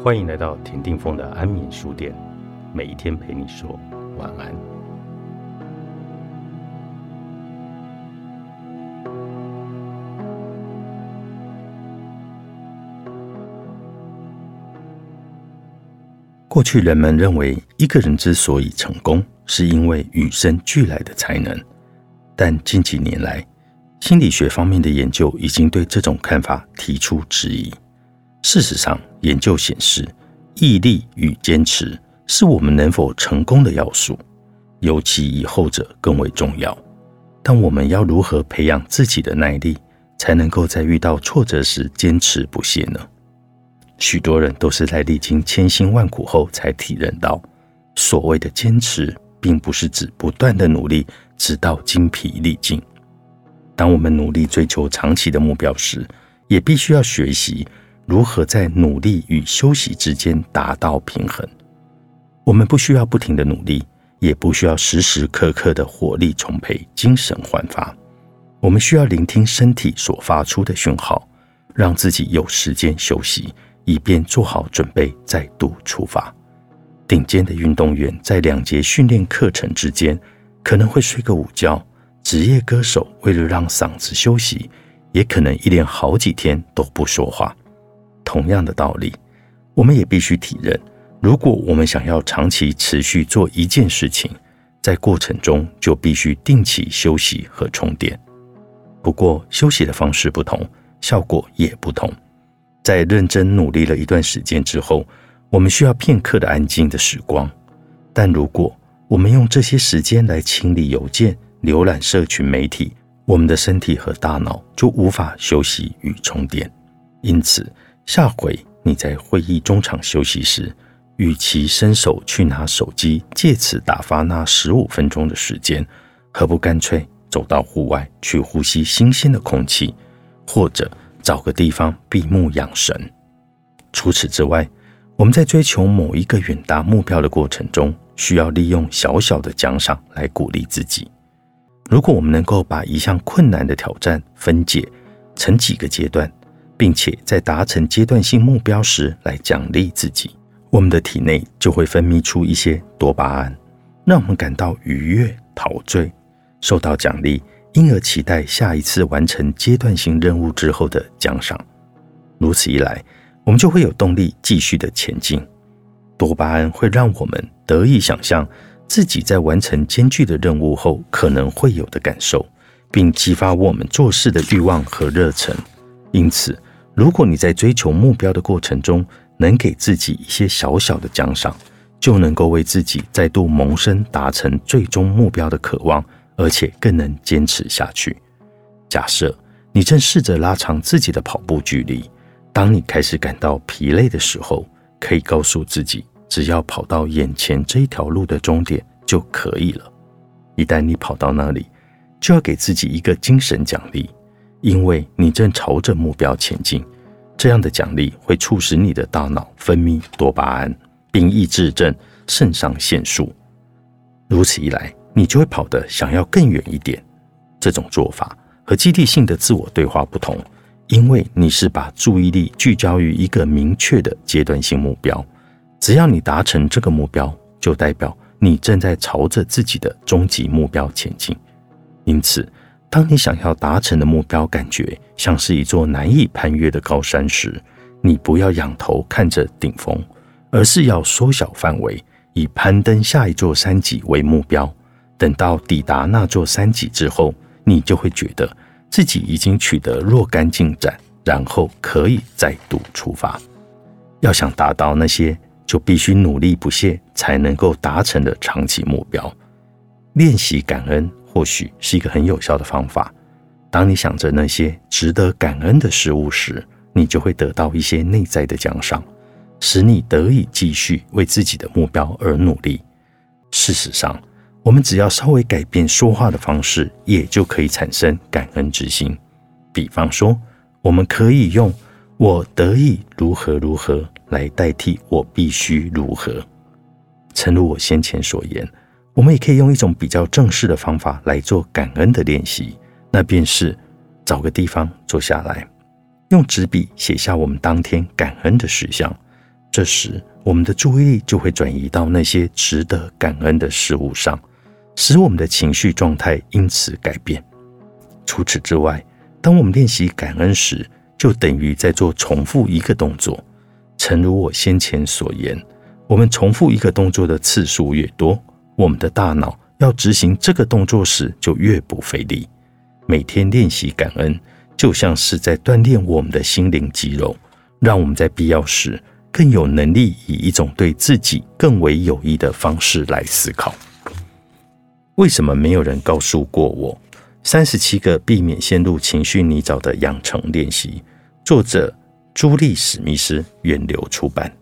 欢迎来到田定峰的安眠书店，每一天陪你说晚安。过去人们认为一个人之所以成功，是因为与生俱来的才能，但近几年来，心理学方面的研究已经对这种看法提出质疑。事实上，研究显示，毅力与坚持是我们能否成功的要素，尤其以后者更为重要。但我们要如何培养自己的耐力，才能够在遇到挫折时坚持不懈呢？许多人都是在历经千辛万苦后才体认到，所谓的坚持并不是指不断的努力直到精疲力尽。当我们努力追求长期的目标时，也必须要学习如何在努力与休息之间达到平衡。我们不需要不停的努力，也不需要时时刻刻的活力充沛、精神焕发。我们需要聆听身体所发出的讯号，让自己有时间休息，以便做好准备再度出发。顶尖的运动员在2节训练课程之间可能会睡个午觉，职业歌手为了让嗓子休息，也可能一连好几天都不说话。同样的道理，我们也必须体认，如果我们想要长期持续做一件事情，在过程中就必须定期休息和充电。不过，休息的方式不同，效果也不同。在认真努力了一段时间之后，我们需要片刻的安静的时光。但如果我们用这些时间来清理邮件、浏览社群媒体，我们的身体和大脑就无法休息与充电。因此，下回你在会议中场休息时，与其伸手去拿手机，借此打发那15分钟的时间，何不干脆走到户外去呼吸新鲜的空气，或者找个地方闭目养神。除此之外，我们在追求某一个远大目标的过程中，需要利用小小的奖赏来鼓励自己。如果我们能够把一项困难的挑战分解成几个阶段，并且在达成阶段性目标时来奖励自己，我们的体内就会分泌出一些多巴胺，让我们感到愉悦、陶醉，受到奖励，因而期待下一次完成阶段性任务之后的奖赏。如此一来，我们就会有动力继续的前进。多巴胺会让我们得以想象自己在完成艰巨的任务后可能会有的感受，并激发我们做事的欲望和热忱。因此，如果你在追求目标的过程中能给自己一些小小的奖赏，就能够为自己再度萌生达成最终目标的渴望，而且更能坚持下去。假设你正试着拉长自己的跑步距离，当你开始感到疲累的时候，可以告诉自己，只要跑到眼前这一条路的终点就可以了。一旦你跑到那里，就要给自己一个精神奖励，因为你正朝着目标前进。这样的奖励会促使你的大脑分泌多巴胺，并抑制症肾上腺素。如此一来，你就会跑得想要更远一点。这种做法和激励性的自我对话不同，因为你是把注意力聚焦于一个明确的阶段性目标。只要你达成这个目标，就代表你正在朝着自己的终极目标前进。因此，当你想要达成的目标感觉像是一座难以攀越的高山时，你不要仰头看着顶峰，而是要缩小范围，以攀登下一座山脊为目标。等到抵达那座山脊之后，你就会觉得自己已经取得若干进展，然后可以再度出发。要想达到那些就必须努力不懈才能够达成的长期目标，练习感恩或许是一个很有效的方法。当你想着那些值得感恩的事物时，你就会得到一些内在的奖赏，使你得以继续为自己的目标而努力。事实上，我们只要稍微改变说话的方式，也就可以产生感恩之心。比方说，我们可以用我得以如何如何来代替我必须如何。诚如我先前所言，我们也可以用一种比较正式的方法来做感恩的练习，那便是找个地方坐下来，用纸笔写下我们当天感恩的事项， 这时我们的注意力就会转移到那些值得感恩的事物上，使我们的情绪状态因此改变。除此之外，当我们练习感恩时，就等于在做重复一个动作。诚如我先前所言，我们重复一个动作的次数越多，我们的大脑要执行这个动作时就越不费力。每天练习感恩，就像是在锻炼我们的心灵肌肉，让我们在必要时更有能力以一种对自己更为有益的方式来思考。为什么没有人告诉过我？37个避免陷入情绪泥沼的养成练习，作者朱莉史密斯，远流出版。